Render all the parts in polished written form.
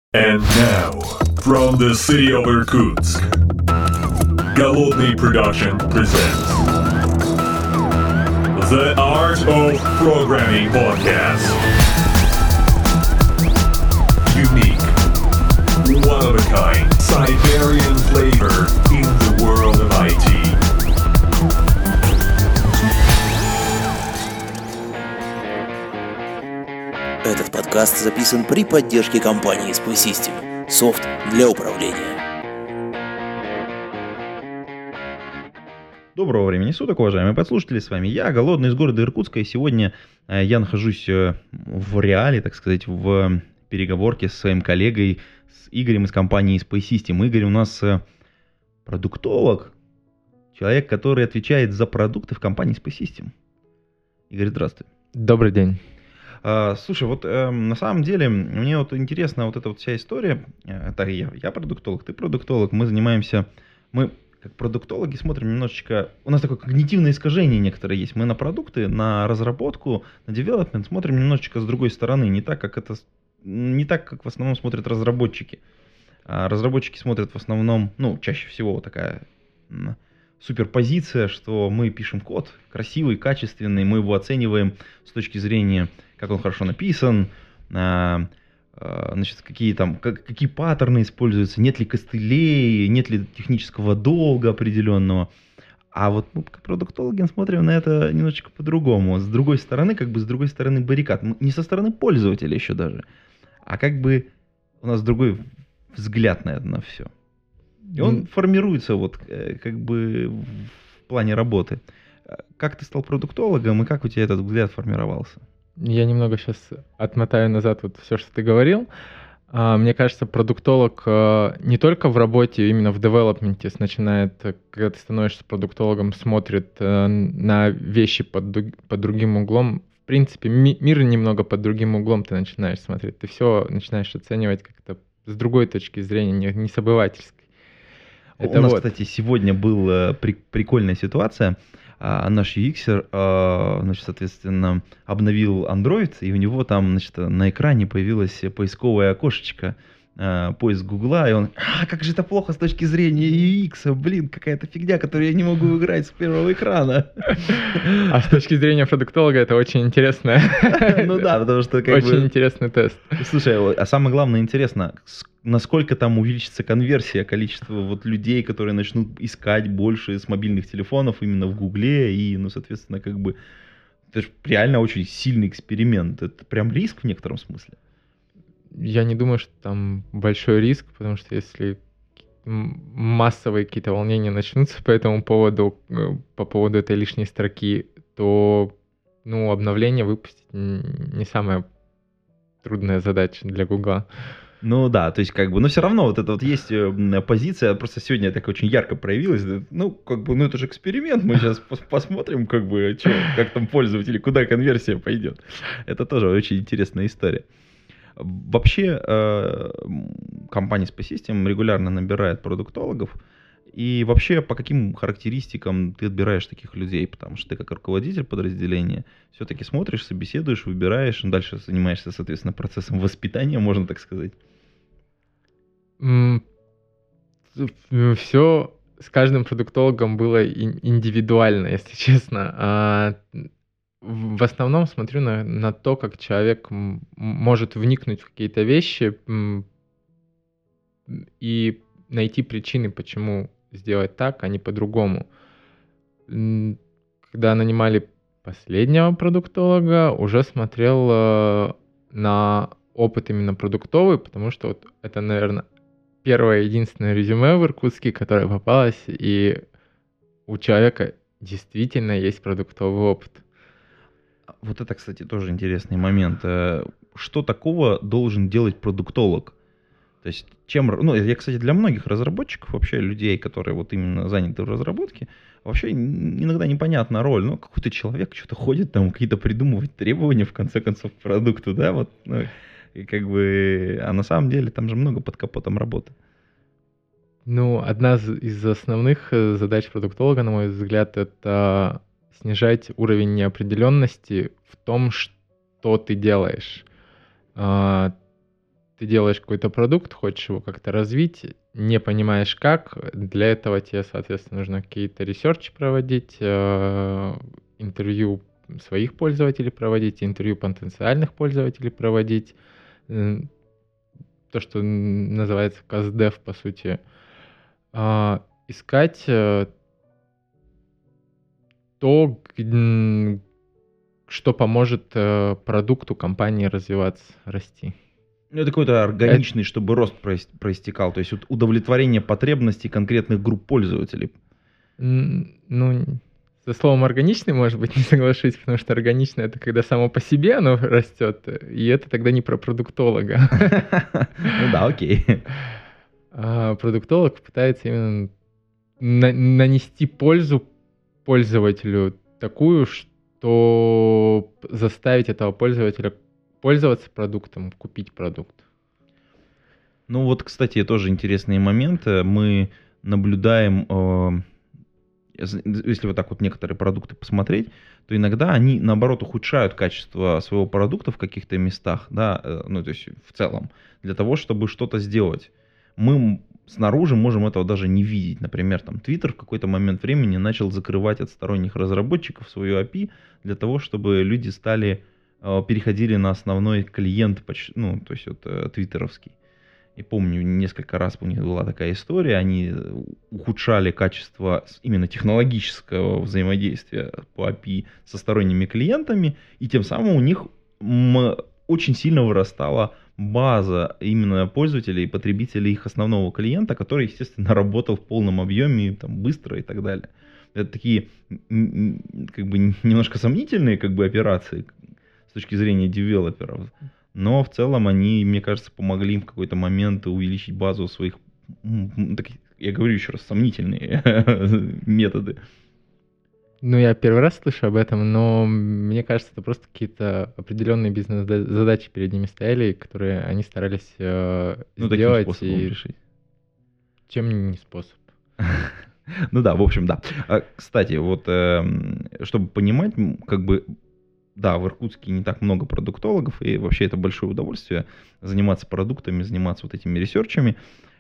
And now, from the city of Irkutsk, Голодный Production presents The Art of Programming Podcast. Unique, one-of-a-kind, Siberian flavor in the world of IT. Этот подкаст записан при поддержке компании SPY System. Софт для управления. Доброго времени суток, уважаемые подслушатели, с вами я, Голодный, из города Иркутска, и сегодня я нахожусь в реале, так сказать, в переговорке со своим коллегой, с Игорем из компании SPY System. Игорь у нас продуктолог, человек, который отвечает за продукты в компании SPY System. Игорь, здравствуй. Добрый день. Слушай, вот на самом деле мне вот интересна вот эта вот вся история. Это я продуктолог, ты продуктолог. Мы как продуктологи смотрим немножечко... У нас такое когнитивное искажение некоторое есть. Мы на продукты, на разработку, на девелопмент смотрим немножечко с другой стороны. Не так, как в основном смотрят разработчики. Разработчики смотрят в основном, чаще всего вот такая суперпозиция, что мы пишем код красивый, качественный, мы его оцениваем с точки зрения, как он хорошо написан, значит, какие паттерны используются, нет ли костылей, нет ли технического долга определенного. А вот мы, как продуктологи, смотрим на это немножечко по-другому. С другой стороны, с другой стороны баррикад. Не со стороны пользователя еще даже, а у нас другой взгляд на это, на все. И он формируется в плане работы. Как ты стал продуктологом и как у тебя этот взгляд формировался? Я немного сейчас отмотаю назад вот все, что ты говорил. Мне кажется, продуктолог не только в работе, именно в девелопменте начинает, когда ты становишься продуктологом, смотрит на вещи под другим углом. В принципе, мир немного под другим углом ты начинаешь смотреть. Ты все начинаешь оценивать как-то с другой точки зрения, не с обывательской. У нас, кстати, сегодня была прикольная ситуация. Наш UX-ер, соответственно, обновил Android, и у него там, на экране появилось поисковое окошечко, поиск Гугла, и он, как же это плохо с точки зрения UX, какая-то фигня, которую я не могу играть с первого экрана. А с точки зрения продуктолога это очень интересно. Ну да, потому что очень интересный тест. Слушай, а самое главное интересно, насколько там увеличится конверсия, количество людей, которые начнут искать больше с мобильных телефонов именно в Гугле, и, соответственно, это же реально очень сильный эксперимент. Это прям риск в некотором смысле. Я не думаю, что там большой риск, потому что если массовые какие-то волнения начнутся по этому поводу, по поводу этой лишней строки, то обновление выпустить не самая трудная задача для Гугла. Ну да, то есть но все равно вот это есть позиция, просто сегодня так очень ярко проявилась. Это же эксперимент, мы сейчас посмотрим, как там пользователи, куда конверсия пойдет. Это тоже очень интересная история. Вообще, компания SPY System регулярно набирает продуктологов. И вообще, по каким характеристикам ты отбираешь таких людей? Потому что ты как руководитель подразделения все-таки смотришь, собеседуешь, выбираешь, дальше занимаешься, соответственно, процессом воспитания, можно так сказать. Все с каждым продуктологом было индивидуально, если честно. В основном смотрю на то, как человек может вникнуть в какие-то вещи и найти причины, почему сделать так, а не по-другому. Когда нанимали последнего продуктолога, уже смотрел на опыт именно продуктовый, потому что это, наверное, первое единственное резюме в Иркутске, которое попалось, и у человека действительно есть продуктовый опыт. Вот это, кстати, тоже интересный момент. Что такого должен делать продуктолог? То есть, я, кстати, для многих разработчиков, вообще людей, которые именно заняты в разработке, вообще иногда непонятна роль. Какой-то человек что-то ходит там, какие-то придумывает требования, в конце концов, к продукту, да, а на самом деле там же много под капотом работы. Одна из основных задач продуктолога, на мой взгляд, это снижать уровень неопределенности в том, что ты делаешь. ты делаешь какой-то продукт, хочешь его как-то развить, не понимаешь как, для этого тебе, соответственно, нужно какие-то ресерчи проводить, интервью своих пользователей проводить, интервью потенциальных пользователей проводить, то, что называется CastDev, по сути, искать то, что поможет продукту компании развиваться, расти. Ну, это какой-то органичный, чтобы рост проистекал, то есть вот удовлетворение потребностей конкретных групп пользователей. Ну, со словом органичный, может быть, не соглашусь, потому что органично — это когда само по себе оно растет, и это тогда не про продуктолога. Ну да, окей. А продуктолог пытается именно нанести пользу пользователю такую, что заставить этого пользователя пользоваться продуктом, купить продукт. Ну вот, кстати, тоже интересный момент. Мы наблюдаем, если вот так вот некоторые продукты посмотреть, то иногда они, наоборот, ухудшают качество своего продукта в каких-то местах, да, ну то есть в целом, для того, чтобы что-то сделать. Мы снаружи можем этого даже не видеть. Например, там Twitter в какой-то момент времени начал закрывать от сторонних разработчиков свою API для того, чтобы люди переходили на основной клиент, ну, то есть вот твиттеровский. И помню, несколько раз у них была такая история, они ухудшали качество именно технологического взаимодействия по API со сторонними клиентами, и тем самым у них очень сильно вырастала база именно пользователей и потребителей их основного клиента, который, естественно, работал в полном объеме, там, быстро и так далее. Это такие как бы немножко сомнительные как бы операции с точки зрения девелоперов, но в целом они, мне кажется, помогли им в какой-то момент увеличить базу своих, я говорю еще раз, сомнительные методы. Ну, я первый раз слышу об этом, но мне кажется, это просто какие-то определенные бизнес-задачи перед ними стояли, которые они старались сделать. Таким способом решить. Чем не способ. Ну да, в общем, да. Кстати, вот чтобы понимать, как бы, да, в Иркутске не так много продуктологов, и вообще это большое удовольствие заниматься продуктами, заниматься вот этими ресерчами.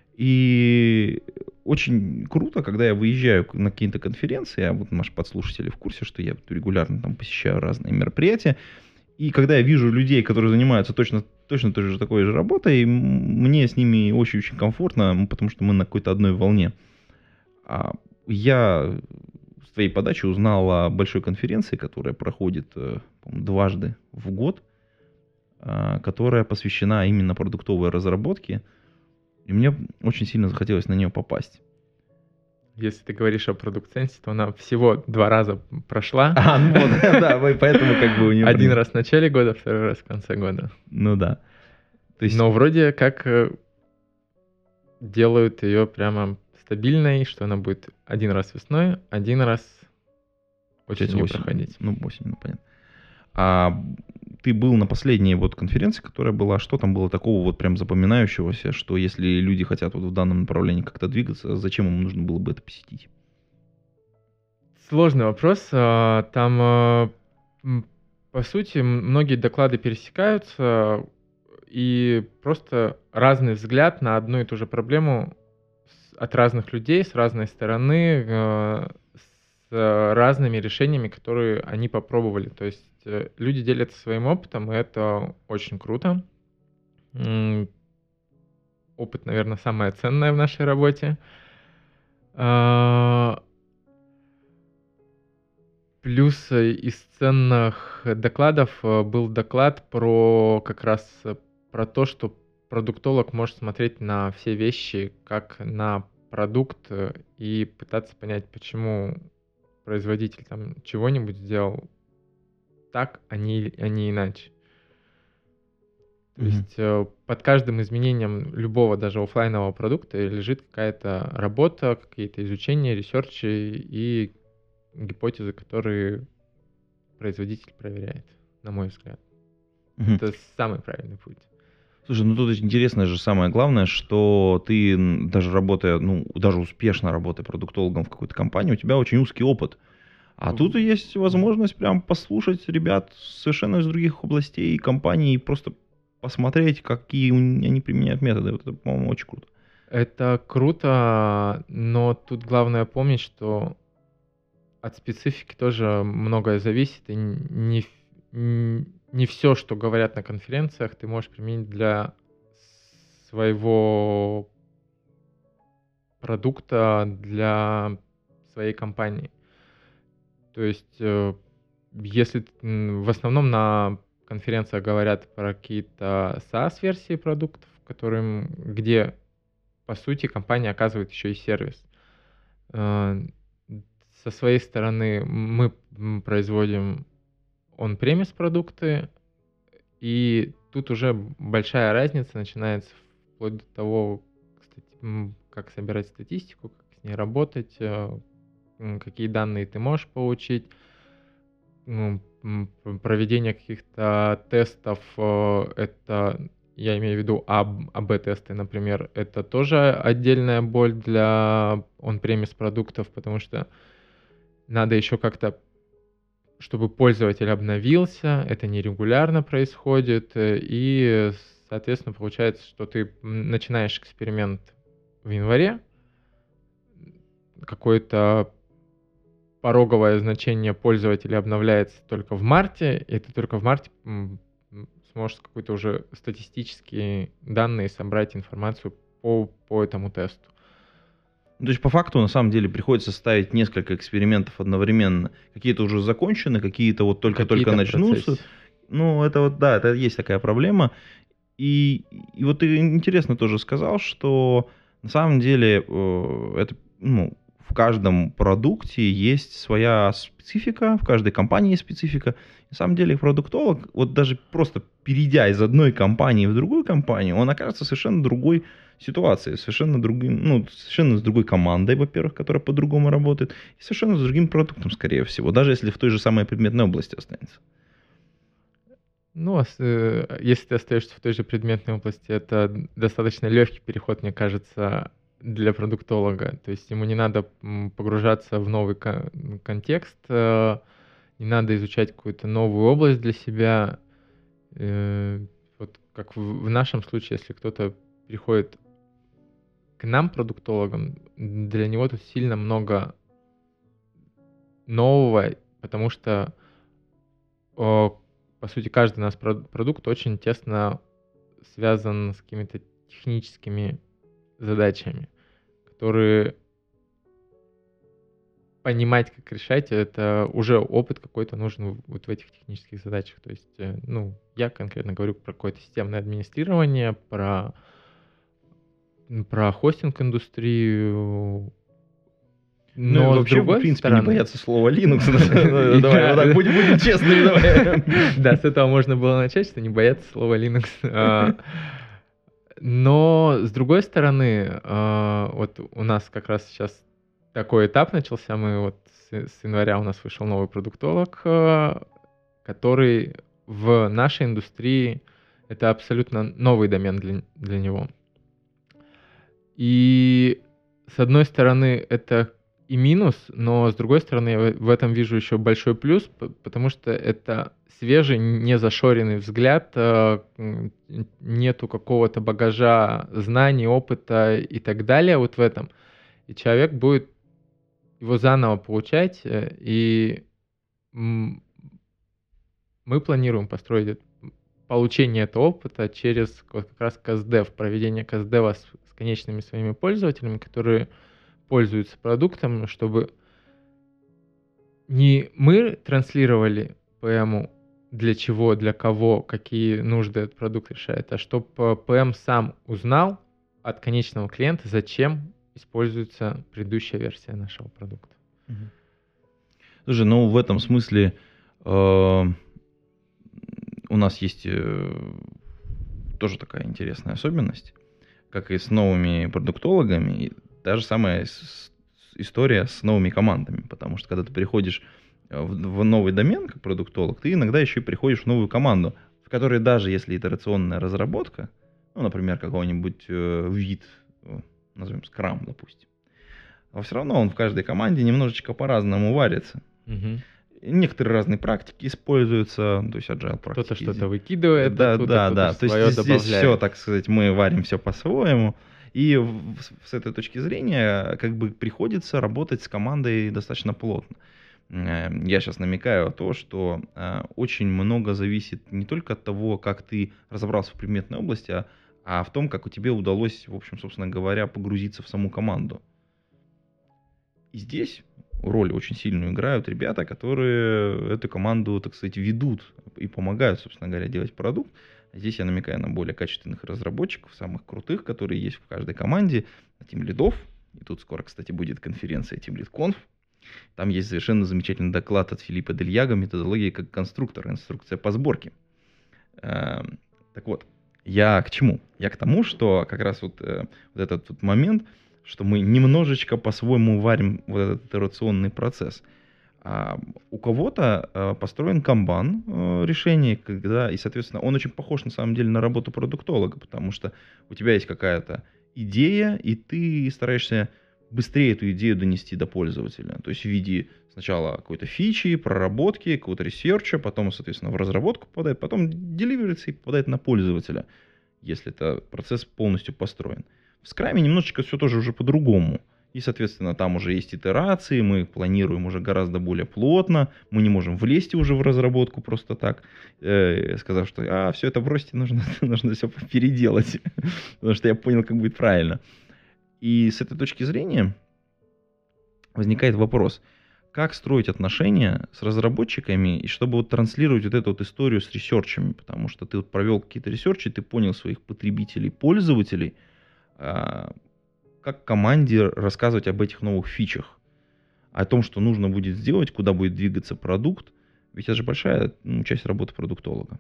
И очень круто, когда я выезжаю на какие-то конференции, а вот наши подслушатели в курсе, что я регулярно там посещаю разные мероприятия, и когда я вижу людей, которые занимаются точно той же такой же работой, мне с ними очень-очень комфортно, потому что мы на какой-то одной волне. Я с твоей подачи узнал о большой конференции, которая проходит, по-моему, дважды в год, которая посвящена именно продуктовой разработке. И мне очень сильно захотелось на нее попасть. Если ты говоришь о продукт-сенсе, то она всего 2 раза прошла. Ну вот, да, поэтому как бы у нее... Один раз в начале года, второй раз в конце года. Ну да. То есть... Но вроде как делают ее прямо стабильной, что она будет 1 раз весной, 1 раз осенью проходить. Ну, осенью, понятно. А ты был на последней вот конференции, которая была, что там было такого вот прям запоминающегося, что если люди хотят вот в данном направлении как-то двигаться, зачем им нужно было бы это посетить? Сложный вопрос. Там, по сути, многие доклады пересекаются, и просто разный взгляд на одну и ту же проблему от разных людей, с разной стороны, с разными решениями, которые они попробовали. То есть люди делятся своим опытом, и это очень круто. Опыт, наверное, самое ценное в нашей работе. Плюс из ценных докладов был доклад про как раз про то, что продуктолог может смотреть на все вещи как на продукт и пытаться понять, почему производитель там чего-нибудь сделал так, а не иначе. То есть под каждым изменением любого даже офлайнового продукта лежит какая-то работа, какие-то изучения, ресерчи и гипотезы, которые производитель проверяет, на мой взгляд. Это самый правильный путь. Слушай, ну тут интересно же самое главное, что ты даже работая, ну даже успешно работая продуктологом в какой-то компании, у тебя очень узкий опыт. А тут есть возможность прям послушать ребят совершенно из других областей и компаний и просто посмотреть, какие они применяют методы. Вот это, по-моему, очень круто. Это круто, но тут главное помнить, что от специфики тоже многое зависит, и не все, что говорят на конференциях, ты можешь применить для своего продукта, для своей компании. То есть, если в основном на конференциях говорят про какие-то SaaS-версии продуктов, где, по сути, компания оказывает еще и сервис. Со своей стороны мы производим on-premise продукты, и тут уже большая разница начинается вплоть до того, как собирать статистику, как с ней работать, какие данные ты можешь получить, проведение каких-то тестов, это, я имею в виду АБ-тесты, например, это тоже отдельная боль для on-premise продуктов, потому что надо еще как-то, чтобы пользователь обновился, это нерегулярно происходит, и, соответственно, получается, что ты начинаешь эксперимент в январе, какое-то пороговое значение пользователя обновляется только в марте, и ты только в марте сможешь какие-то уже статистические данные собрать, информацию по этому тесту. То есть, по факту, на самом деле, приходится ставить несколько экспериментов одновременно. Какие-то уже закончены, какие-то вот только-только начнутся. Ну, это вот, да, это есть такая проблема. И вот ты интересно тоже сказал, что на самом деле это, в каждом продукте есть своя специфика, в каждой компании есть специфика. На самом деле продуктолог, вот даже просто перейдя из одной компании в другую компанию, он окажется совершенно другой ситуации, совершенно с другой командой, во-первых, которая по-другому работает, и совершенно с другим продуктом, скорее всего, даже если в той же самой предметной области останется. Ну, если ты остаешься в той же предметной области, это достаточно легкий переход, мне кажется, для продуктолога. То есть ему не надо погружаться в новый контекст, не надо изучать какую-то новую область для себя. Вот как в нашем случае, если кто-то приходит к нам, продуктологам, для него тут сильно много нового, потому что, по сути, каждый наш продукт очень тесно связан с какими-то техническими задачами, которые понимать, как решать, это уже опыт какой-то нужен вот в этих технических задачах. То есть, я конкретно говорю про какое-то системное администрирование, про хостинг-индустрию. Но вообще, в принципе, не бояться слова Linux. Давай, вот так будем честными, давай. Да, с этого можно было начать, что не бояться слова Linux. Но, с другой стороны, вот у нас как раз сейчас такой этап начался. Мы вот с января у нас вышел новый продуктолог, который в нашей индустрии это абсолютно новый домен для него. И с одной стороны это и минус, но с другой стороны я в этом вижу еще большой плюс, потому что это свежий, не зашоренный взгляд, нету какого-то багажа знаний, опыта и так далее вот в этом. И человек будет его заново получать, и мы планируем построить получение этого опыта через как раз КСДЕВ, проведение КСДЕВа с конечными своими пользователями, которые пользуются продуктом, чтобы не мы транслировали ПМу для чего, для кого, какие нужды этот продукт решает, а чтобы ПМ сам узнал от конечного клиента, зачем используется предыдущая версия нашего продукта. Слушай, в этом смысле у нас есть тоже такая интересная особенность, как и с новыми продуктологами, та же самая история с новыми командами, потому что когда ты приходишь в новый домен как продуктолог, ты иногда еще и приходишь в новую команду, в которой даже если итерационная разработка, например, какой-нибудь вид, назовем Scrum, допустим, но все равно он в каждой команде немножечко по-разному варится. Некоторые разные практики используются, то есть agile практики. Кто-то что-то выкидывает, да, кто-то То свое есть здесь добавляет. все, так сказать, мы варим все по-своему. И с этой точки зрения как бы приходится работать с командой достаточно плотно. Я сейчас намекаю о том, что очень много зависит не только от того, как ты разобрался в предметной области, а в том, как у тебя удалось, в общем, собственно говоря, погрузиться в саму команду. И здесь роль очень сильную играют ребята, которые эту команду, так сказать, ведут и помогают, собственно говоря, делать продукт. Здесь я намекаю на более качественных разработчиков, самых крутых, которые есть в каждой команде, на тимлидов. И тут скоро, кстати, будет конференция TeamLead.conf. Там есть совершенно замечательный доклад от Филиппа Дельяго «Методология как конструктор. Инструкция по сборке». Так вот, я к чему? Я к тому, что как раз вот этот вот момент, что мы немножечко по-своему варим вот этот итерационный процесс. У кого-то построен канбан решение, когда, и, соответственно, он очень похож на самом деле на работу продуктолога, потому что у тебя есть какая-то идея, и ты стараешься быстрее эту идею донести до пользователя. То есть в виде сначала какой-то фичи, проработки, какого-то ресерча, потом, соответственно, в разработку попадает, потом деливерится и попадает на пользователя, если это процесс полностью построен. В скраме немножечко все тоже уже по-другому. И, соответственно, там уже есть итерации, мы планируем уже гораздо более плотно, мы не можем влезть уже в разработку просто так, сказав, что все это бросьте, нужно все переделать, потому что я понял, как будет правильно. И с этой точки зрения возникает вопрос, как строить отношения с разработчиками, и чтобы вот транслировать вот эту вот историю с ресерчами, потому что ты вот провел какие-то ресерчи, ты понял своих потребителей, пользователей, как команде рассказывать об этих новых фичах, о том, что нужно будет сделать, куда будет двигаться продукт, ведь это же большая часть работы продуктолога.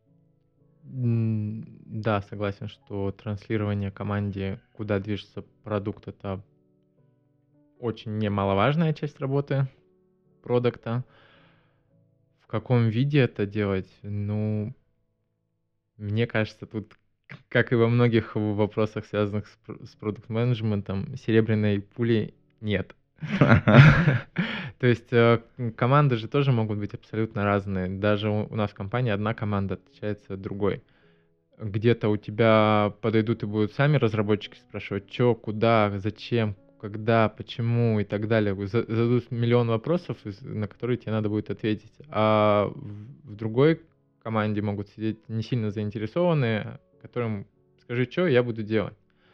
Да, согласен, что транслирование команде, куда движется продукт, это очень немаловажная часть работы продукта. В каком виде это делать? Ну, мне кажется, тут, как и во многих вопросах, связанных с продукт-менеджментом, серебряной пули нет. То есть команды же тоже могут быть абсолютно разные. Даже у нас в компании одна команда отличается от другой. Где-то у тебя подойдут и будут сами разработчики спрашивать, что, куда, зачем, когда, почему и так далее. Зададут миллион вопросов, на которые тебе надо будет ответить. А в другой команде могут сидеть не сильно заинтересованные, которым скажи, что я буду делать.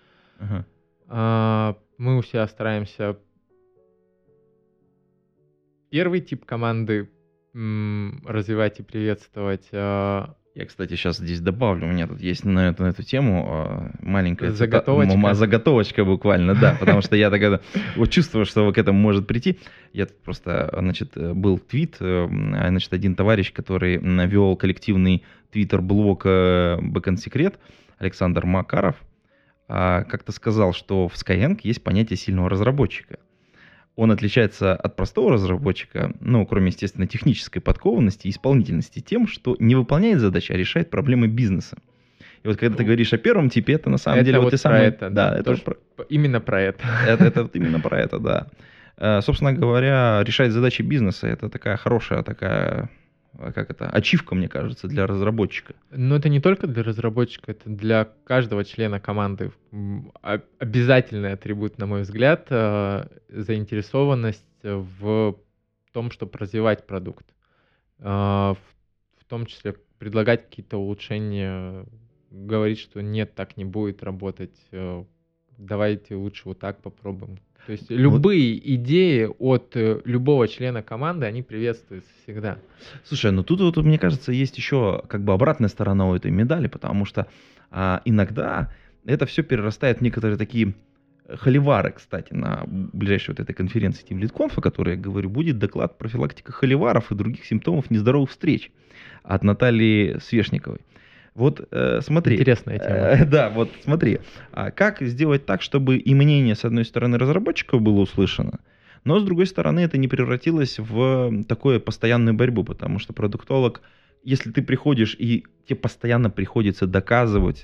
Мы у себя стараемся первый тип команды развивать и приветствовать. Я, кстати, сейчас здесь добавлю, у меня тут есть на эту тему маленькая заготовочка буквально, да, потому что я тогда вот чувствую, что к этому может прийти. Я тут просто, был твит, один товарищ, который навел коллективный твиттер-блог Backend Secret, Александр Макаров, как-то сказал, что в Skyeng есть понятие сильного разработчика. Он отличается от простого разработчика, кроме, естественно, технической подкованности и исполнительности, тем, что не выполняет задачи, а решает проблемы бизнеса. И вот когда ты говоришь о первом типе, это на самом деле... Вот ты самый... это, да. Это именно про это. Это вот именно про это, да. Собственно говоря, решать задачи бизнеса — это такая хорошая, ачивка, мне кажется, для разработчика. Но это не только для разработчика, это для каждого члена команды. Обязательный атрибут, на мой взгляд, заинтересованность в том, чтобы развивать продукт. В том числе предлагать какие-то улучшения, говорить, что нет, так не будет работать, давайте лучше вот так попробуем. То есть любые идеи от любого члена команды, они приветствуются всегда. Слушай, тут, мне кажется, есть еще обратная сторона у этой медали, потому что иногда это все перерастает в некоторые такие холивары. Кстати, на ближайшей вот этой конференции TeamLead.conf, о которой я говорю, будет доклад «Профилактика холиваров и других симптомов нездоровых встреч» от Натальи Свешниковой. Вот смотри. Интересная тема. Да, вот смотри. Как сделать так, чтобы и мнение, с одной стороны, разработчиков было услышано, но, с другой стороны, это не превратилось в такую постоянную борьбу, потому что продуктолог, если ты приходишь и тебе постоянно приходится доказывать,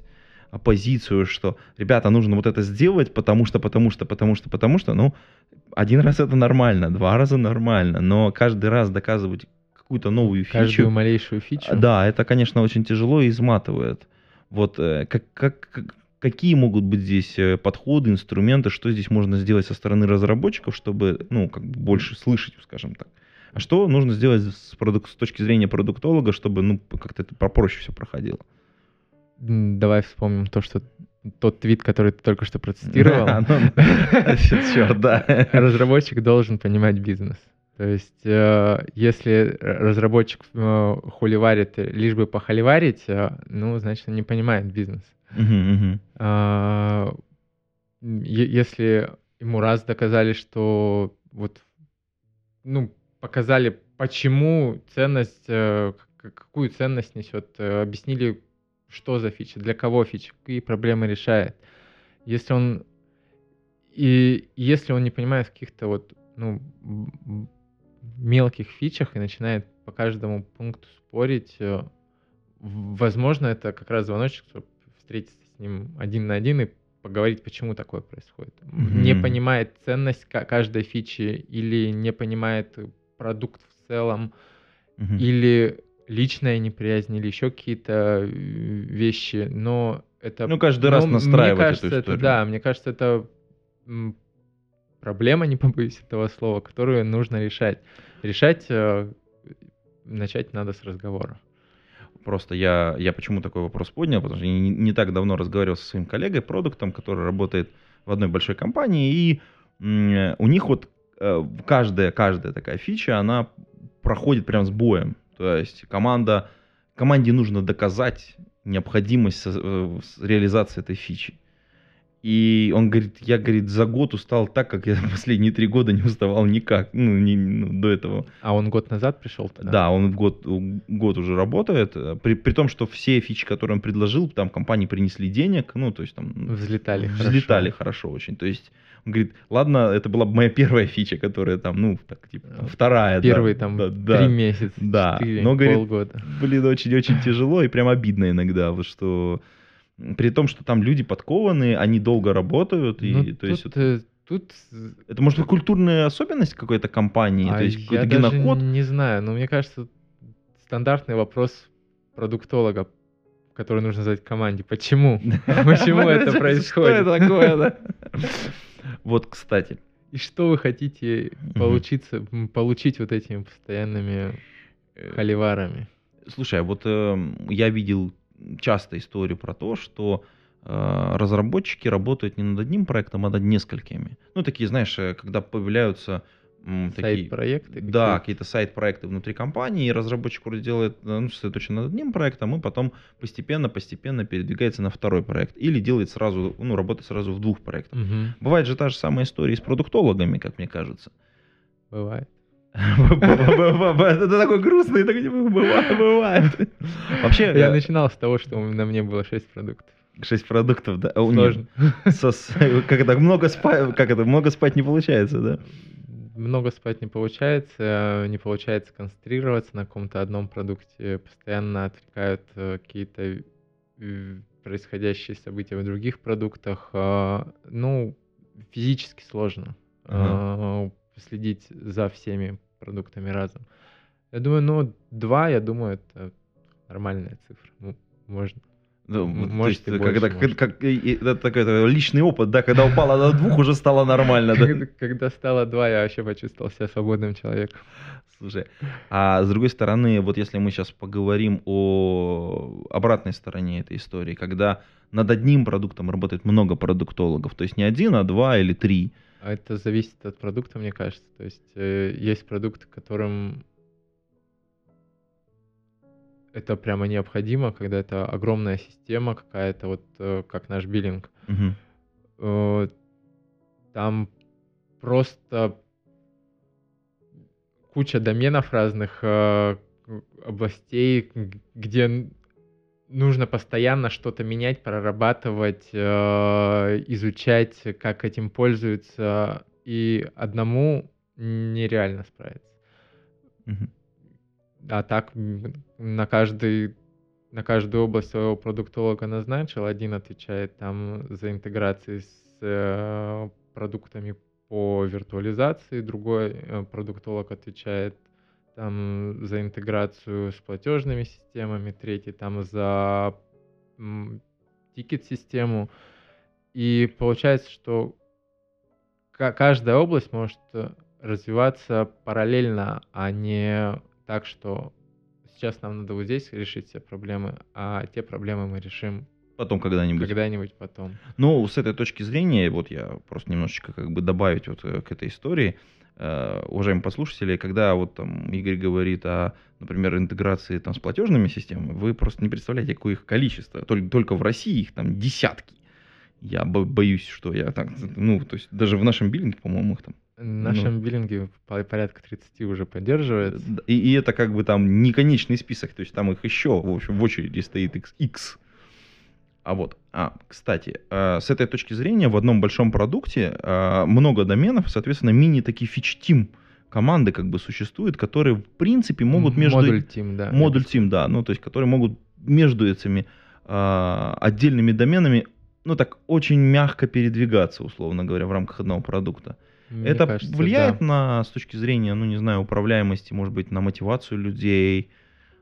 позицию, что, ребята, нужно вот это сделать, потому что, ну, один раз это нормально, 2 раза нормально, но каждый раз доказывать какую-то новую Каждую фичу, малейшую фичу. да, это, конечно, очень тяжело и изматывает. Вот какие могут быть здесь подходы, инструменты, что здесь можно сделать со стороны разработчиков, чтобы, ну, как бы больше слышать, скажем так. А что нужно сделать с точки зрения продуктолога, чтобы, ну, как-то это попроще все проходило? Давай вспомним тот твит, который ты только что процитировал. Черт, да. Разработчик должен понимать бизнес. То есть, если разработчик холиварит лишь бы похоливарить, ну, значит, он не понимает бизнес. Если ему раз доказали, что вот, ну, показали, почему ценность, какую ценность несет, объяснили, что за фича, для кого фича, какие проблемы решает. Если он не понимает каких-то вот, ну, мелких фичах и начинает по каждому пункту спорить, возможно, это как раз звоночек, чтобы встретиться с ним один на один и поговорить, почему такое происходит. Не понимает ценность каждой фичи или не понимает продукт в целом, или личная неприязнь, или еще какие-то вещи, но это... Ну, каждый раз настраивать эту историю. Да, мне кажется, это проблема, не побоюсь этого слова, которую нужно решать. Начать надо с разговора. Просто я почему такой вопрос поднял, потому что я не так давно разговаривал со своим коллегой, продуктом, который работает в одной большой компании, и у них вот каждая такая фича, она проходит прям с боем. То есть команде нужно доказать необходимость реализации этой фичи. И он говорит, я, за год устал так, как я последние 3 года не уставал никак, до этого. А он год назад пришел тогда? Да, он год уже работает, при том, что все фичи, которые он предложил, там компании принесли денег, ну, то есть там... Взлетали хорошо очень, то есть он говорит, ладно, это была бы моя первая фича, которая там, ну, так, типа, вторая. Первые там 3 месяца, 4, но, говорит, полгода. Блин, очень-очень тяжело и прям обидно иногда, вот что... При том, что там люди подкованные, они долго работают. И, то есть, тут... Это может быть культурная особенность какой-то компании? То есть какой-то генокод? Даже не знаю, но мне кажется, стандартный вопрос продуктолога, который нужно задать команде. Почему? Почему это происходит? Что это такое, да? Вот, кстати. И что вы хотите получить вот этими постоянными холиварами? Слушай, вот я видел часто историю про то, что разработчики работают не над одним проектом, а над несколькими. Ну, такие, знаешь, когда появляются сайт-проекты? Да, какие-то сайт-проекты внутри компании, и разработчик вроде делает, сосредоточен над одним проектом, и потом постепенно передвигается на второй проект. Или делает сразу, работает сразу в 2 проектах. Бывает же та же самая история и с продуктологами, как мне кажется. Бывает. Это такой грустный, бывает. Вообще, я начинал с того, что на мне было 6 продуктов. 6 продуктов, да? Сложно. Много спать не получается, да? Много спать не получается концентрироваться на каком-то одном продукте, постоянно отвлекают какие-то происходящие события в других продуктах. Ну, физически сложно следить за всеми продуктами разом. Я думаю, 2, это нормальная цифра. Можно. Может, это такой личный опыт, да, когда упало до 2, уже стало нормально, да? Когда стало 2, я вообще почувствовал себя свободным человеком. Слушай, а с другой стороны, вот если мы сейчас поговорим о обратной стороне этой истории, когда над одним продуктом работает много продуктологов, то есть не 1, а 2 или 3. А это зависит от продукта, мне кажется. То есть есть продукты, которым это прямо необходимо, когда это огромная система какая-то, вот как наш биллинг. Там просто куча доменов разных, областей, где нужно постоянно что-то менять, прорабатывать, изучать, как этим пользуются, и одному нереально справиться. А так на каждый на каждую область своего продуктолога назначил. Один отвечает там за интеграции с продуктами по виртуализации, другой продуктолог отвечает там за интеграцию с платежными системами, третий там за тикет-систему. И получается, что каждая область может развиваться параллельно, а не так, что сейчас нам надо вот здесь решить все проблемы, а те проблемы мы решим Потом когда-нибудь. потом. Ну, с этой точки зрения, вот я просто немножечко как бы добавить вот к этой истории, уважаемые послушатели, когда вот там Игорь говорит о, например, интеграции там с платежными системами, вы просто не представляете, какое их количество. Только в России их там десятки. Я боюсь, что я так, ну, то есть даже в нашем биллинге, по-моему, их там. В нашем биллинге порядка 30 уже поддерживается. И это как бы там не конечный список, то есть там их еще, в общем, в очереди стоит X. Кстати, с этой точки зрения в одном большом продукте много доменов, соответственно, мини-такие фич-тим команды как бы существуют, которые в принципе могут между... Модуль-тим, да. Модуль-тим, да, ну то есть которые могут между этими отдельными доменами, ну так очень мягко передвигаться, условно говоря, в рамках одного продукта. Это кажется, влияет на, с точки зрения, ну не знаю, управляемости, может быть, на мотивацию людей.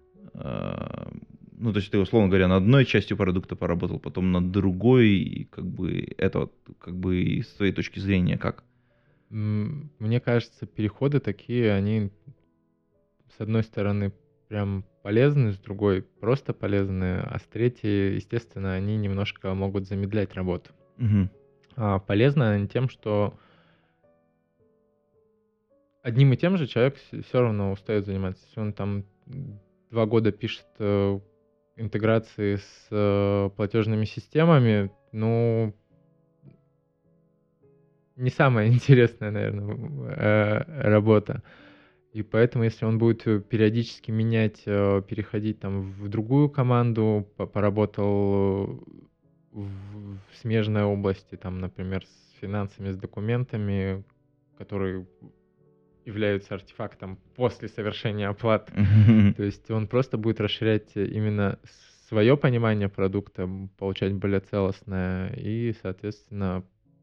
Ну, то есть ты, условно говоря, на одной части продукта поработал, потом на другой, и как бы это вот, как бы с твоей точки зрения как? Мне кажется, переходы такие, они с одной стороны прям полезны, с другой просто полезны, а с третьей, естественно, они немножко могут замедлять работу. Угу. Полезно они тем, что одним и тем же человек все равно устает заниматься. Если он там 2 года пишет интеграции с платежными системами, ну, не самая интересная, наверное, работа. И поэтому, если он будет периодически менять, переходить там в другую команду, поработал в смежной области, там, например, с финансами, с документами, которые являются артефактом после совершения оплаты. То есть он просто будет расширять именно свое понимание продукта, получать более целостное и, соответственно,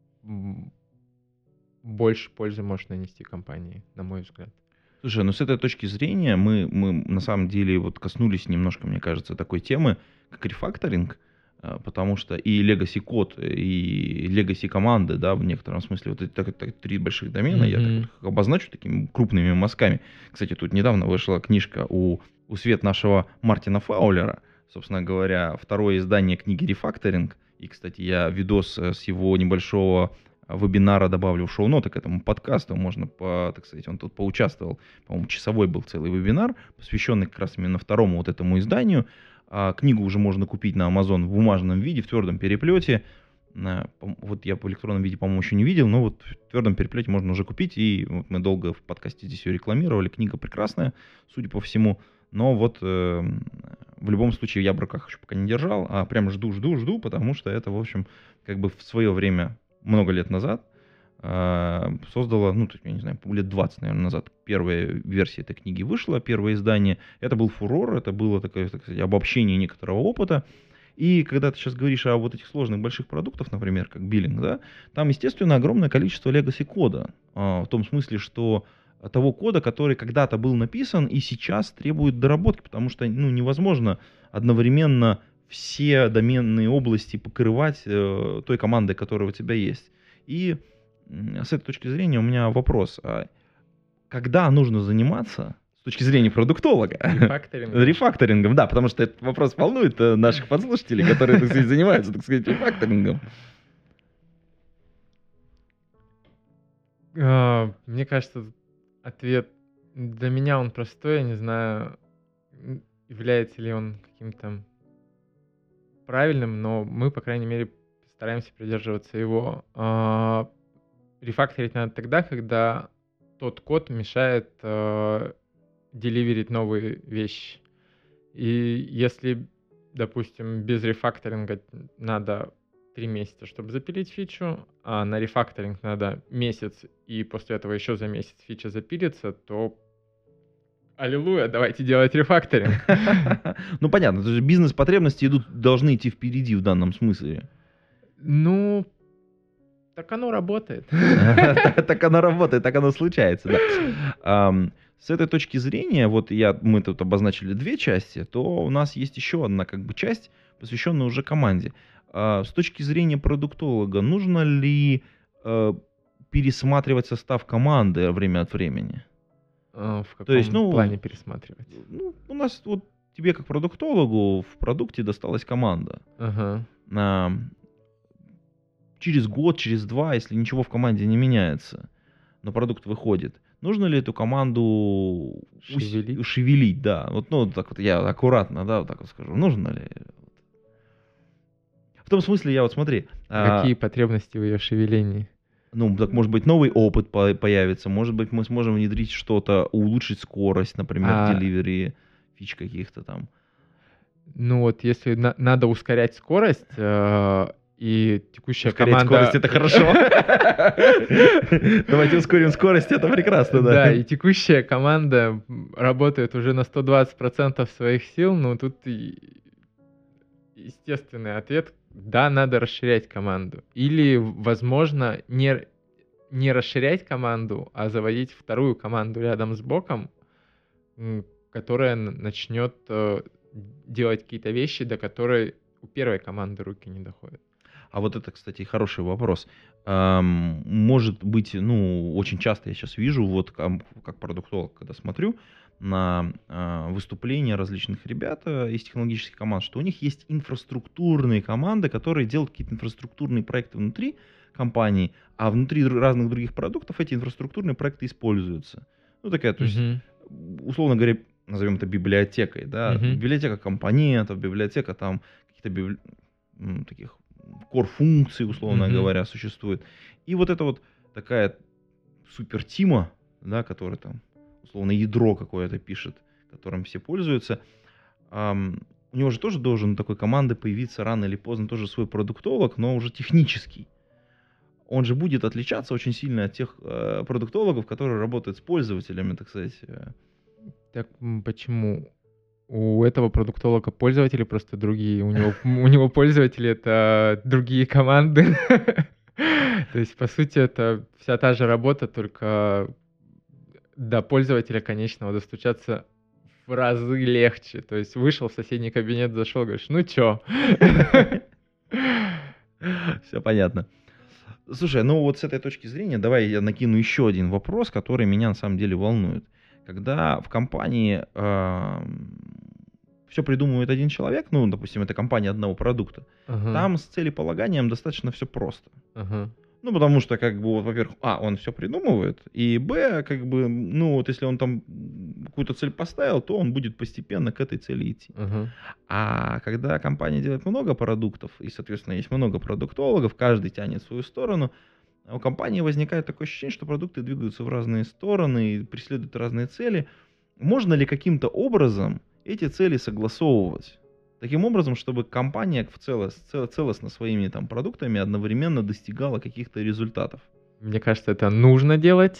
больше пользы может нанести компании, на мой взгляд. Слушай, ну с этой точки зрения мы на самом деле вот коснулись немножко, мне кажется, такой темы, как рефакторинг, потому что и legacy код, и legacy команды, да, в некотором смысле, вот это 3 больших домена, я так вот обозначу такими крупными мазками. Кстати, тут недавно вышла книжка у свет нашего Мартина Фаулера, собственно говоря, второе издание книги «Рефакторинг». И, кстати, я видос с его небольшого вебинара добавлю в шоу-ноты к этому подкасту, можно, так сказать, он тут поучаствовал, по-моему, часовой был целый вебинар, посвященный как раз именно второму вот этому изданию. Книгу уже можно купить на Amazon в бумажном виде, в твердом переплете. Вот я в электронном виде, по-моему, еще не видел, но вот в твердом переплете можно уже купить. И вот мы долго в подкасте здесь ее рекламировали. Книга прекрасная, судя по всему. Но вот в любом случае я в руках еще пока не держал, а прям жду, потому что это, в общем, как бы в свое время, много лет назад, создала, ну, я не знаю, лет 20, наверное, назад первая версия этой книги вышла, первое издание. Это был фурор, это было такое, так сказать, обобщение некоторого опыта. И когда ты сейчас говоришь о вот этих сложных больших продуктах, например, как биллинг, да, там, естественно, огромное количество legacy кода. В том смысле, что того кода, который когда-то был написан и сейчас требует доработки, потому что, ну, невозможно одновременно все доменные области покрывать той командой, которая у тебя есть. И с этой точки зрения у меня вопрос. Когда нужно заниматься, с точки зрения продуктолога, рефакторингом, да, потому что этот вопрос волнует наших подслушателей, которые, так сказать, занимаются, так сказать, рефакторингом. Мне кажется, ответ для меня он простой, я не знаю, является ли он каким-то правильным, но мы, по крайней мере, стараемся придерживаться его. Рефакторить надо тогда, когда тот код мешает деливерить новые вещи. И если, допустим, без рефакторинга надо 3 месяца, чтобы запилить фичу, а на рефакторинг надо месяц, и после этого еще за месяц фича запилится, то Аллилуйя, давайте делать рефакторинг. Ну, понятно, то есть бизнес-потребности должны идти впереди в данном смысле. Ну, так оно работает. Так оно работает, так оно случается, да. С этой точки зрения, вот мы тут обозначили 2 части, то у нас есть еще одна как бы часть, посвященная уже команде. С точки зрения продуктолога, нужно ли пересматривать состав команды время от времени? В каком плане пересматривать? Ну, у нас вот тебе как продуктологу в продукте досталась команда. Через год, через 2, если ничего в команде не меняется, но продукт выходит, нужно ли эту команду шевелить? Да, вот, ну, так вот я аккуратно, да, вот так вот скажу, нужно ли? В том смысле, я вот смотри. Какие потребности в ее шевелении? Ну, так может быть новый опыт появится, может быть мы сможем внедрить что-то, улучшить скорость, например, delivery, фич каких-то там. Ну вот если надо ускорять скорость, и текущая ускорять команда... скорость — это хорошо. Давайте ускорим скорость, это прекрасно, да. Да, и текущая команда работает уже на 120% своих сил, ну тут естественный ответ — да, надо расширять команду. Или, возможно, не расширять команду, а заводить вторую команду рядом с боком, которая начнет делать какие-то вещи, до которой у первой команды руки не доходят. А вот это, кстати, хороший вопрос. Может быть, ну, очень часто я сейчас вижу, вот как продуктолог, когда смотрю на выступления различных ребят из технологических команд, что у них есть инфраструктурные команды, которые делают какие-то инфраструктурные проекты внутри компании, а внутри разных других продуктов эти инфраструктурные проекты используются. Ну, такая, то есть, условно говоря, назовем это библиотекой, да, библиотека компонентов, библиотека там каких-то таких core-функций, условно говоря, существует. И вот это вот такая супертима, да, которая там, условно, ядро какое-то пишет, которым все пользуются, у него же тоже должен у такой команды появиться рано или поздно тоже свой продуктолог, но уже технический. Он же будет отличаться очень сильно от тех продуктологов, которые работают с пользователями, так сказать. Так почему? У этого продуктолога пользователи просто другие. У него пользователи — это другие команды. То есть, по сути, это вся та же работа, только до пользователя конечного достучаться в разы легче. То есть вышел в соседний кабинет, зашел, говоришь, ну чё? Все понятно. Слушай, ну вот с этой точки зрения, давай я накину еще один вопрос, который меня на самом деле волнует. Когда в компании все придумывает один человек, ну, допустим, это компания одного продукта, там с целеполаганием достаточно все просто. Ну, потому что, как бы, вот, во-первых, он все придумывает, и б, как бы, ну, вот если он там какую-то цель поставил, то он будет постепенно к этой цели идти. А когда компания делает много продуктов, и, соответственно, есть много продуктологов, каждый тянет в свою сторону, у компании возникает такое ощущение, что продукты двигаются в разные стороны и преследуют разные цели. Можно ли каким-то образом эти цели согласовывать? Таким образом, чтобы компания целостно своими там продуктами одновременно достигала каких-то результатов. Мне кажется, это нужно делать.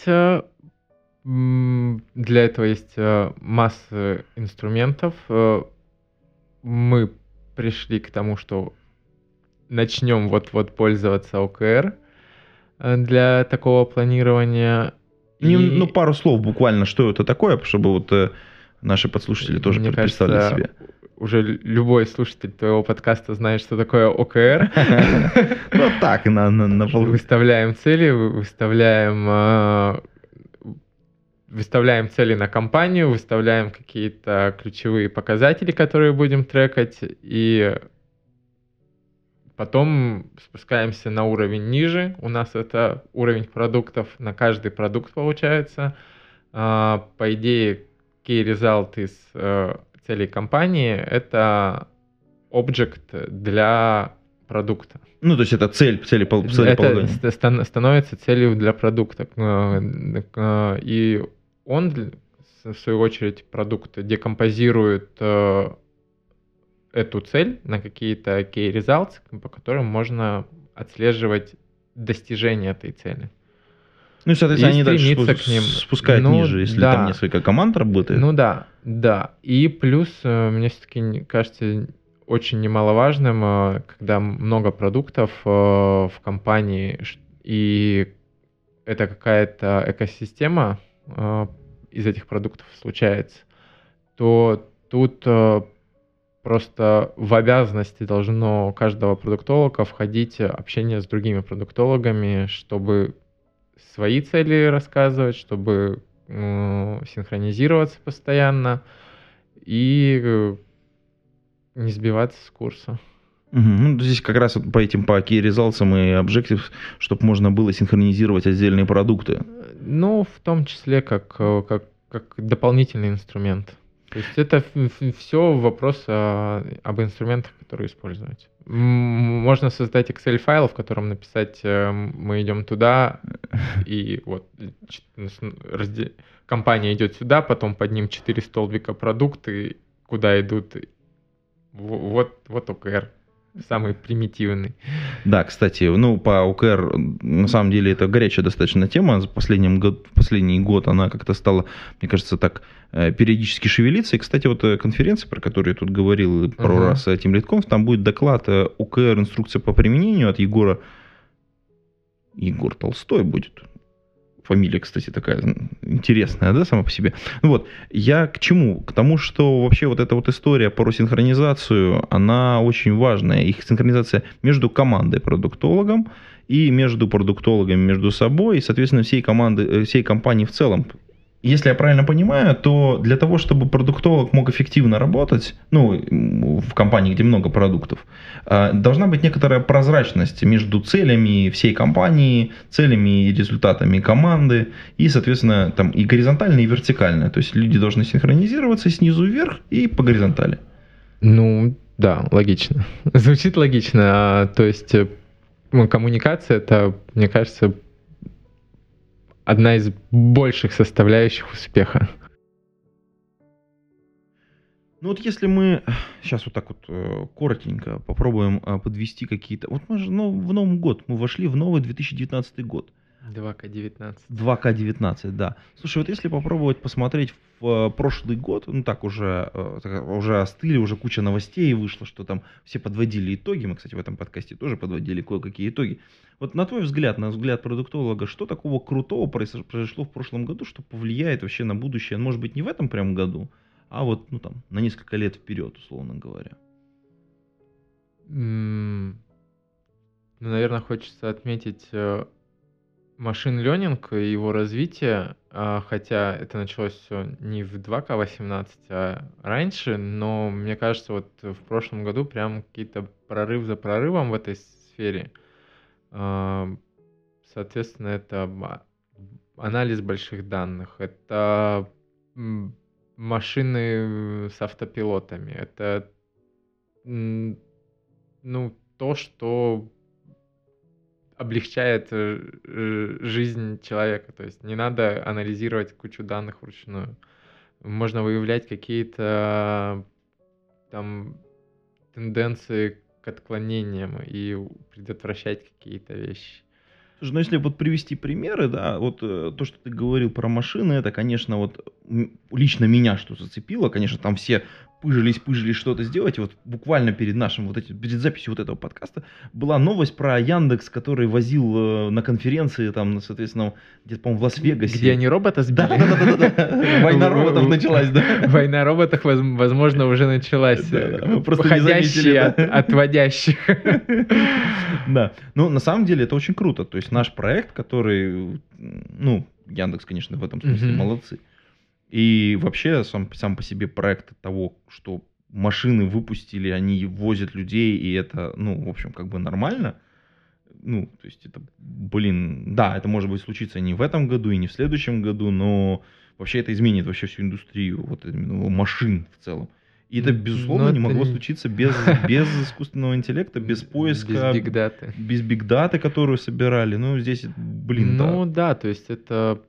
Для этого есть масса инструментов. Мы пришли к тому, что начнем вот пользоваться OKR для такого планирования. Ну, пару слов буквально, что это такое, чтобы вот наши подслушатели тоже представили себе. Уже любой слушатель твоего подкаста знает, что такое OKR. Вот так, на пол. Выставляем цели, выставляем цели на компанию, выставляем какие-то ключевые показатели, которые будем трекать, и потом спускаемся на уровень ниже. У нас это уровень продуктов, на каждый продукт получается. По идее, key result из целей компании — это объект для продукта. Ну, то есть это целеполагание. Это становится целью для продукта. И он, в свою очередь, продукт декомпозирует эту цель на какие-то key results, по которым можно отслеживать достижение этой цели. Ну, и, соответственно, и они дальше стремиться к ним. спускают Ну, ниже, если да. там несколько команд работает. Ну да. И плюс, мне все-таки кажется очень немаловажным, когда много продуктов в компании, и это какая-то экосистема из этих продуктов случается, то тут просто в обязанности должно каждого продуктолога входить общение с другими продуктологами, чтобы свои цели рассказывать, чтобы синхронизироваться постоянно и не сбиваться с курса. Ну, здесь как раз вот по key results и objectives, чтобы можно было синхронизировать отдельные продукты. Ну, в том числе как дополнительный инструмент. То есть это все вопрос об инструментах, которые использовать. Можно создать Excel-файл, в котором написать «мы идем туда», и вот компания идет сюда, потом под ним 4 столбика продукты, куда идут. Вот OKR. Самый примитивный. Да, кстати, по OKR, на самом деле, это горячая достаточно тема. В последний год она как-то стала, мне кажется, так периодически шевелиться. И, кстати, вот конференция, про которую я тут говорил пару раз, Team Lead Conf, там будет доклад OKR «Инструкция по применению» от Егор Толстой будет. Фамилия, кстати, такая интересная, да, сама по себе. Вот, я к чему? К тому, что вообще вот эта вот история про синхронизацию, она очень важная. Их синхронизация между командой продуктологом и между продуктологами между собой, и, соответственно, всей компании в целом. Если я правильно понимаю, то для того, чтобы продуктолог мог эффективно работать, в компании, где много продуктов, должна быть некоторая прозрачность между целями всей компании, целями и результатами команды, и, соответственно, там и горизонтально, и вертикально. То есть люди должны синхронизироваться снизу вверх и по горизонтали. Ну, да, логично. Звучит логично. То есть коммуникация — это, мне кажется, одна из больших составляющих успеха. Ну вот если мы сейчас вот так вот коротенько попробуем подвести какие-то... Вот мы же в Новый год, мы вошли в новый 2019 год. 2К19. 2К19, да. Слушай, вот если попробовать посмотреть в прошлый год, так уже остыли, уже куча новостей вышло, что там все подводили итоги. Мы, кстати, в этом подкасте тоже подводили кое-какие итоги. Вот на твой взгляд, на взгляд продуктолога, что такого крутого произошло в прошлом году, что повлияет вообще на будущее? Может быть, не в этом прям году, а вот на несколько лет вперед, условно говоря. Наверное, хочется отметить машин ленинг и его развитие, хотя это началось все не в 2К18, а раньше, но мне кажется, вот в прошлом году прям какие-то прорыв за прорывом в этой сфере. Соответственно, это анализ больших данных, это машины с автопилотами, это то, что облегчает жизнь человека. То есть не надо анализировать кучу данных вручную. Можно выявлять какие-то там тенденции к отклонениям и предотвращать какие-то вещи. Слушай, если вот привести примеры, да, вот то, что ты говорил про машины, это, конечно, вот лично меня что зацепило, конечно, там все пыжились что-то сделать, и вот буквально перед перед записью вот этого подкаста была новость про Яндекс, который возил на конференции, там, соответственно, где-то, по-моему, в Лас-Вегасе. Где они робота сбили? Да. Война роботов началась, да. Война роботов, возможно, уже началась. Входящие от водящих. Да. Ну, на самом деле, это очень круто. То есть наш проект, который, Яндекс, конечно, в этом смысле молодцы. И вообще сам по себе проект того, что машины выпустили, они возят людей, и это, в общем, как бы нормально. То есть это, да, это может быть случится не в этом году и не в следующем году, но вообще это изменит вообще всю индустрию вот именно машин в целом. И это, безусловно, не могло случиться без искусственного интеллекта, без поиска, без бигдаты, которую собирали. Здесь, да. Да, то есть это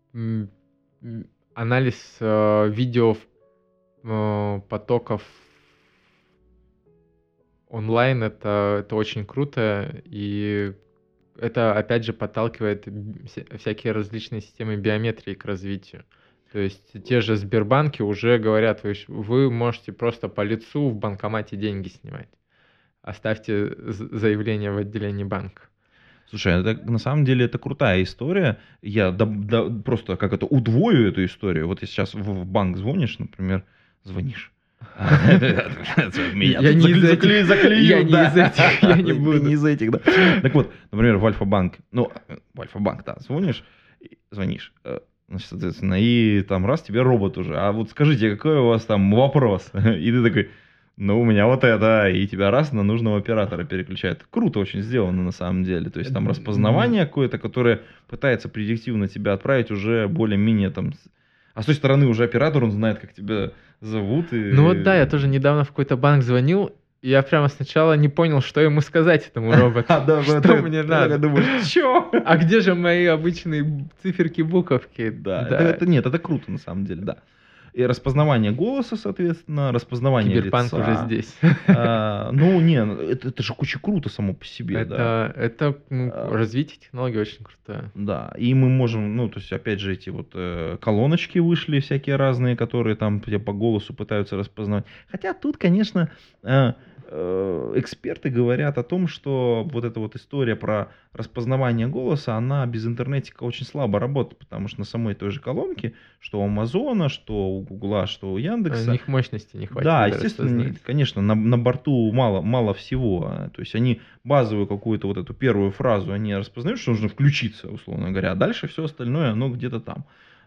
анализ видео потоков онлайн, это очень круто, и это, опять же, подталкивает всякие различные системы биометрии к развитию. То есть те же Сбербанки уже говорят, вы можете просто по лицу в банкомате деньги снимать. Оставьте заявление в отделении банка. Слушай, это, на самом деле это крутая история. Я просто как это удвою эту историю. Вот если сейчас в банк звонишь, например, звонишь. Меня Я не из этих. заклеют, Я не из этих, я не Ты буду. не из этих, да. Так вот, например, в Альфа-банк, да, звонишь, значит, соответственно, и там раз тебе робот уже, а вот скажите, какой у вас там вопрос? И ты такой, ну, у меня вот это, и тебя раз на нужного оператора переключает. Круто очень сделано на самом деле. То есть там распознавание какое-то, которое пытается предиктивно тебя отправить уже более-менее там... А с той стороны уже оператор, он знает, как тебя зовут. Ну вот да, я тоже недавно в какой-то банк звонил, и я прямо сначала не понял, что ему сказать этому роботу. Что мне надо? Я думаю, чё? А где же мои обычные циферки, буковки? Да, это круто на самом деле, да. И распознавание голоса, соответственно, распознавание Киберпанк лица. уже здесь. Это же очень круто само по себе, да. Это развитие технологий очень крутое. Да, и мы можем, то есть, опять же, эти вот колоночки вышли всякие разные, которые там по голосу пытаются распознавать. Хотя тут, конечно, эксперты говорят о том, что вот эта вот история про распознавание голоса, она без интернетика очень слабо работает, потому что на самой той же колонке, что у Амазона, что у Гугла, что у Яндекса... У них мощности не хватит. Да, естественно, конечно, на борту мало всего. То есть они базовую какую-то вот эту первую фразу они распознают, что нужно включиться, условно говоря, а дальше все остальное, оно где-то там.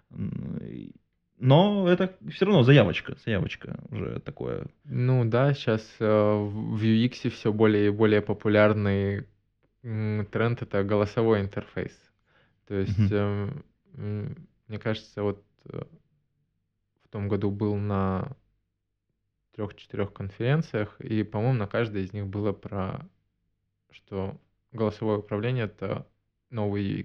Но это все равно заявочка уже такое. Ну да, сейчас в UX все более и более популярный тренд — это голосовой интерфейс. То есть, мне кажется, вот в том году был на 3-4 конференциях, и, по-моему, на каждой из них было про, что голосовое управление — это новый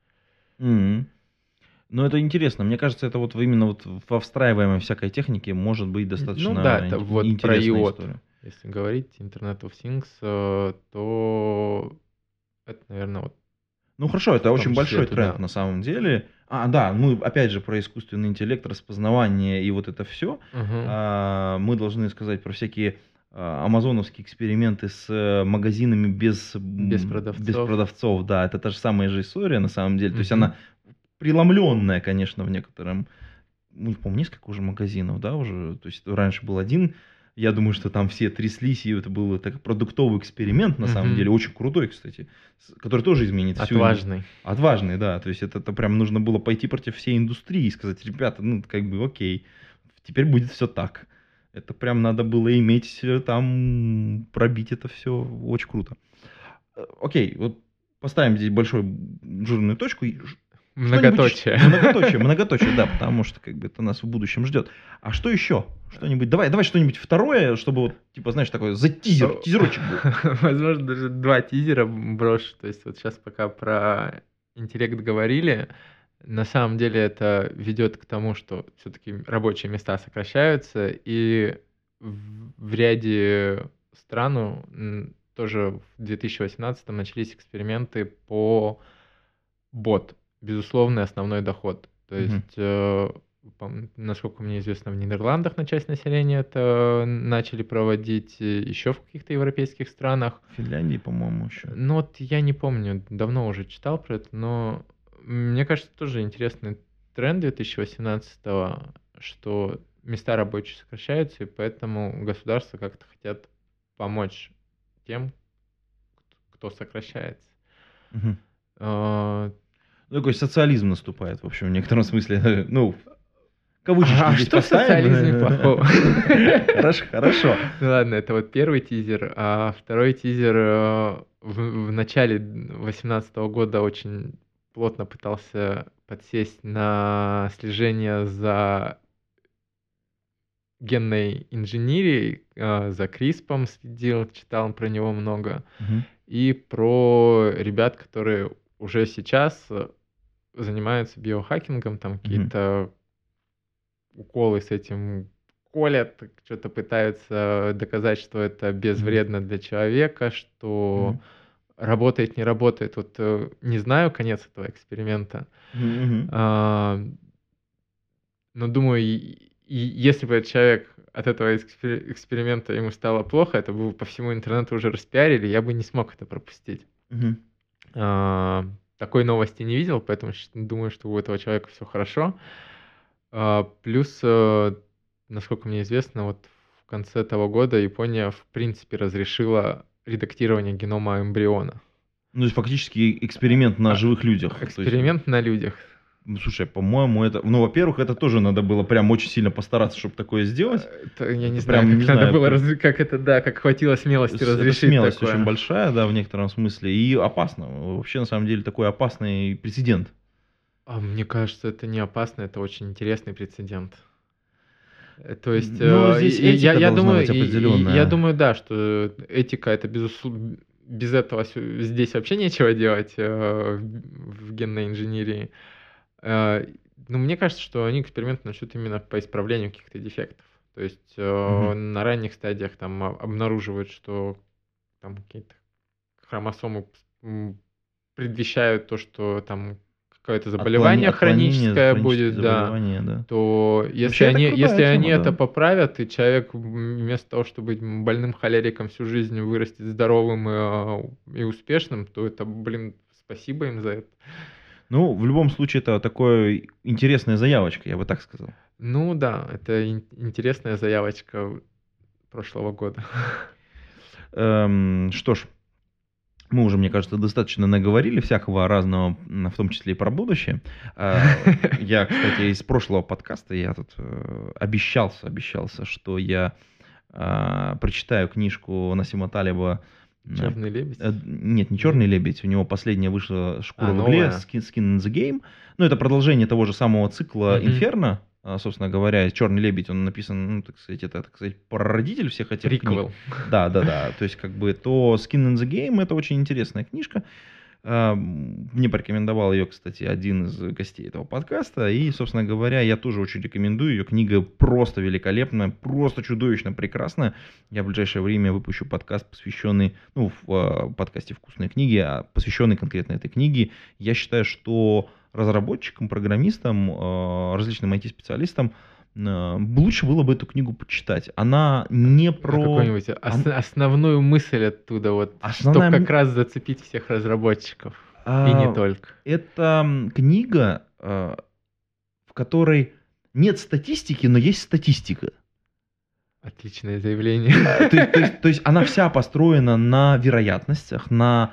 UX. Ну, это интересно. Мне кажется, это вот именно вот во встраиваемой всякой технике может быть достаточно это вот про интересная IoT. история. Если говорить Internet of Things, то это, наверное, вот... Ну, хорошо, это очень большой туда. тренд на самом деле. Да, мы опять же про искусственный интеллект, распознавание и вот это все. Мы должны сказать про всякие амазоновские эксперименты с магазинами без продавцов. Да, это та же самая же история на самом деле. То есть она преломленная, конечно, в некотором... Не помню, несколько уже магазинов, да, уже. То есть раньше был один. Я думаю, что там все тряслись, и это был продуктовый эксперимент, на самом деле, очень крутой, кстати, который тоже изменит всю... Отважный, да. То есть это прям нужно было пойти против всей индустрии и сказать, ребята, окей, теперь будет все так. Это прям надо было иметь там, пробить это все, очень круто. Окей, вот поставим здесь большую жирную точку. Многоточие, да, потому что это нас в будущем ждет. А что еще? Что-нибудь, давай что-нибудь второе, чтобы вот, знаешь, такой тизерочек был. Возможно, даже 2 тизера брошу. То есть вот сейчас пока про интеллект говорили, на самом деле это ведет к тому, что все-таки рабочие места сокращаются, и в ряде стран тоже в 2018 начались эксперименты по бот. Безусловный основной доход. То есть, насколько мне известно, в Нидерландах на часть населения это начали проводить, еще в каких-то европейских странах. В Финляндии, по-моему, еще. Ну вот я не помню, давно уже читал про это, но мне кажется, тоже интересный тренд 2018-го, что места рабочие сокращаются, и поэтому государства как-то хотят помочь тем, кто сокращается. Такой социализм наступает, в общем, в некотором смысле. Кавычки здесь что поставим. В социализме плохого? Хорошо. Ладно, это вот первый тизер. А второй тизер в начале 2018 года очень плотно пытался подсесть на слежение за генной инженерией, за CRISPR следил, читал про него много. И про ребят, которые уже сейчас занимаются биохакингом, там какие-то уколы с этим колят, что-то пытаются доказать, что это безвредно для человека, что работает, не работает. Вот не знаю конец этого эксперимента. Мгм. Но думаю, если бы человек от этого эксперимента ему стало плохо, это бы по всему интернету уже распиарили, я бы не смог это пропустить. Мгм. Такой новости не видел, поэтому думаю, что у этого человека все хорошо. Плюс, насколько мне известно, вот в конце того года Япония в принципе разрешила редактирование генома эмбриона. Ну, то есть фактически эксперимент на живых людях. То есть, Эксперимент на людях. слушай, по-моему, это... Ну, во-первых, это тоже надо было прям очень сильно постараться, чтобы такое сделать. Я не Это знаю, прям, как не надо знаю, было, прям- как это, да, как хватило смелости Это разрешить смелость такое. очень большая, да, в некотором смысле, и опасно. Вообще, на самом деле, такой опасный прецедент. Мне кажется, это не опасно, это очень интересный прецедент. То есть, Ну, здесь этика я должна думаю, быть определенная. я думаю, да, что этика это безусловно, без этого здесь вообще нечего делать в генной инженерии. Но мне кажется, что они эксперименты начнут именно по исправлению каких-то дефектов. То есть Мгм. на ранних стадиях там обнаруживают, что там какие-то хромосомы предвещают то, что там какое-то заболевание Отклонение, хроническое будет, да, заболевание, да. то если Вообще, это крутая если они тема, да. это поправят, и человек вместо того, чтобы быть больным холериком всю жизнь вырастет здоровым и успешным, то это, спасибо им за это. Ну, в любом случае, это такая интересная заявочка, я бы так сказал. Ну да, это интересная заявочка прошлого года. Что ж, мы уже, мне кажется, достаточно наговорили всякого разного, в том числе и про будущее. Я, кстати, из прошлого подкаста я тут обещался, что я прочитаю книжку Насима Талеба. Черный лебедь. Нет, не Черный лебедь. У него последняя вышла «Шкура в игле», новая. Skin in the Game. Ну, это продолжение того же самого цикла Мгм. Инферно. Собственно говоря, Черный лебедь, он написан, ну, так сказать, это, так сказать, прародитель всех этих книг. Приквел. Да. То есть, как бы, то Skin in the Game это очень интересная книжка. Мне порекомендовал ее, кстати, один из гостей этого подкаста. И, собственно говоря, я тоже очень рекомендую. Ее книга просто великолепная, просто чудовищно прекрасная. Я в ближайшее время выпущу подкаст, посвященный, ну, в подкасте «Вкусные книги», посвященный конкретно этой книге. Я считаю, что разработчикам, программистам, различным IT-специалистам лучше было бы эту книгу почитать. Она не про... Какую-нибудь основную мысль оттуда, вот, Основная чтобы как раз зацепить всех разработчиков. И не только. Это книга, в которой нет статистики, но есть статистика. Отличное заявление. То есть она вся построена на вероятностях, на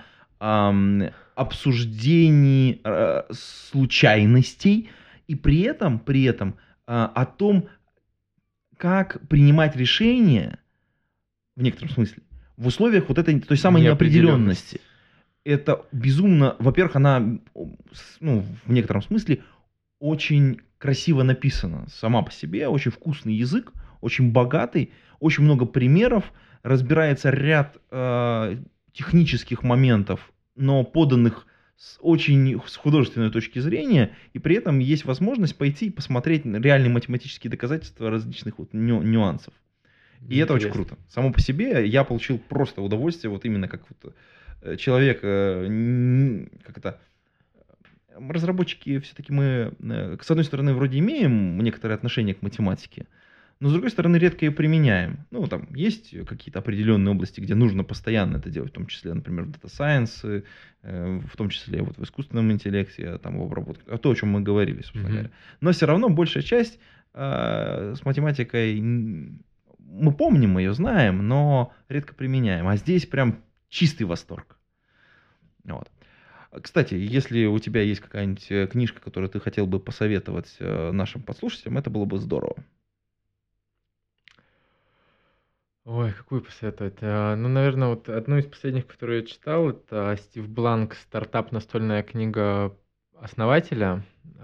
обсуждении случайностей, и при этом о том, как принимать решения, в некотором смысле, в условиях вот этой той самой неопределенности. Это безумно, во-первых, она, ну, в некотором смысле очень красиво написана сама по себе, очень вкусный язык, очень богатый, очень много примеров, разбирается ряд технических моментов, но поданных с художественной точки зрения, и при этом есть возможность пойти и посмотреть реальные математические доказательства различных вот нюансов. И это очень круто. Само по себе я получил просто удовольствие, вот именно как вот человек, как это, разработчики все-таки мы, с одной стороны, вроде имеем некоторое отношение к математике, но с другой стороны, редко ее применяем. Ну, там есть какие-то определенные области, где нужно постоянно это делать, в том числе, например, в Data Science, в том числе вот в искусственном интеллекте, там, в обработке, то, о чем мы говорили, собственно говоря. Но все равно большая часть с математикой, мы помним, мы ее знаем, но редко применяем. А здесь прям чистый восторг. Вот. Кстати, если у тебя есть какая-нибудь книжка, которую ты хотел бы посоветовать нашим подслушателям, это было бы здорово. Ой, какую посоветовать? Ну, наверное, вот одну из последних, которую я читал, это Стив Бланк «Стартап. Настольная книга основателя».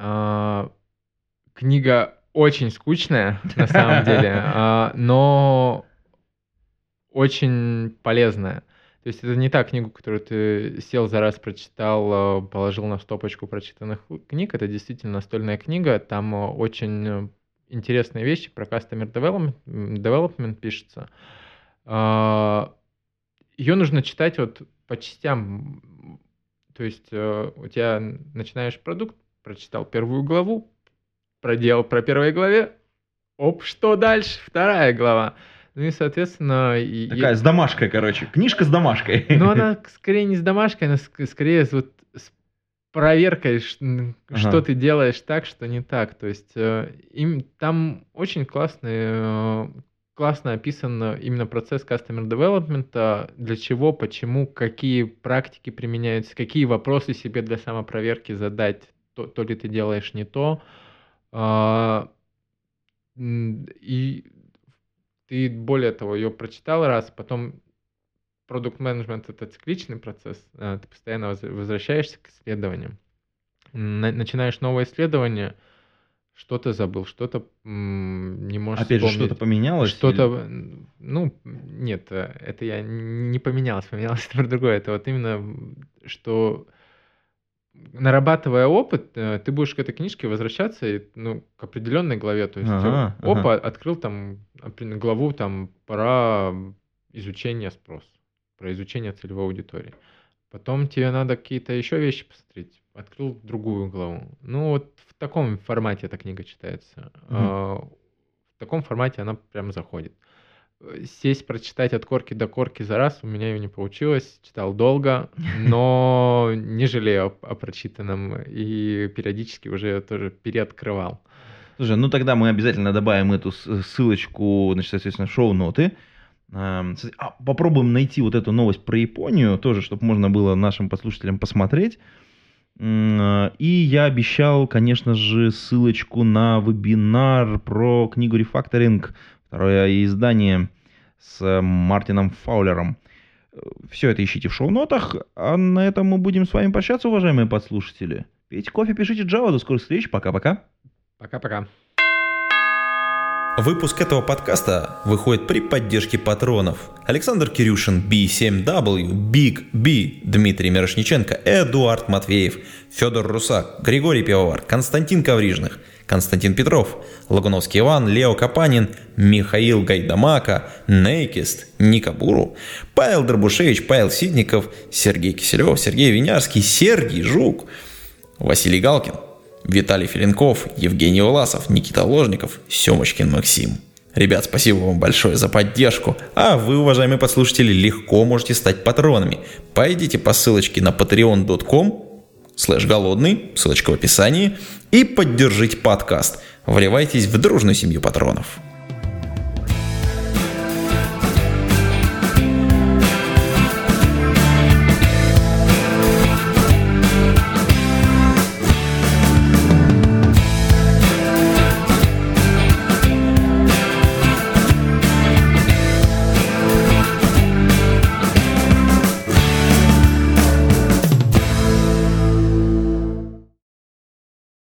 Книга очень скучная, на самом деле, но очень полезная. То есть это не та книга, которую ты сел за раз, прочитал, положил на стопочку прочитанных книг. Это действительно настольная книга. Там очень интересные вещи про customer development пишется. Ее нужно читать вот по частям. То есть у тебя начинаешь продукт, прочитал первую главу, проделал про первой главе, что дальше? Вторая глава. Ну и, соответственно... Такая с домашкой, короче. Книжка с домашкой. Ну, она скорее не с домашкой, она скорее с проверкой, что ты делаешь так, что не так. То есть там очень классно описан именно процесс customer development, для чего, почему, какие практики применяются, какие вопросы себе для самопроверки задать, то ли ты делаешь не то. И ты, более того, ее прочитал раз, потом продукт-менеджмент — это цикличный процесс, ты постоянно возвращаешься к исследованиям, начинаешь новое исследование, что-то забыл, что-то не можешь опять вспомнить. же, что-то поменялось? Что-то, нет, это я не поменялось это про другое, это вот именно, что... Нарабатывая опыт, ты будешь к этой книжке возвращаться к определенной главе. То есть, открыл там главу там, про изучение спроса, про изучение целевой аудитории. Потом тебе надо какие-то еще вещи посмотреть. Открыл другую главу. Ну, вот в таком формате эта книга читается. В таком формате она прям заходит. Сесть, прочитать от корки до корки за раз у меня ее не получилось. Читал долго, но не жалею о прочитанном и периодически уже тоже переоткрывал. Слушай, ну тогда мы обязательно добавим эту ссылочку, значит, соответственно, в шоу-ноты. Попробуем найти вот эту новость про Японию, тоже, чтобы можно было нашим послушателям посмотреть. И я обещал, конечно же, ссылочку на вебинар про книгу «Рефакторинг», второе издание с Мартином Фаулером. Все это ищите в шоу-нотах. А на этом мы будем с вами прощаться, уважаемые подслушатели. Пейте кофе, пишите Java. До скорых встреч. Пока-пока. Пока-пока. Выпуск этого подкаста выходит при поддержке патронов. Александр Кирюшин, B7W, Big B, Дмитрий Мирошниченко, Эдуард Матвеев, Федор Русак, Григорий Пивовар, Константин Коврижных, Константин Петров, Лагуновский Иван, Лео Капанин, Михаил Гайдамака, Нейкист, Ника Буру, Павел Дробушевич, Павел Сидников, Сергей Киселев, Сергей Винярский, Сергей Жук, Василий Галкин, Виталий Филинков, Евгений Уласов, Никита Ложников, Семочкин Максим. Ребят, спасибо вам большое за поддержку. А вы, уважаемые подслушатели, легко можете стать патронами. Пойдите по ссылочке на patreon.com/голодный, ссылочка в описании, и поддержите подкаст. Вливайтесь в дружную семью патронов.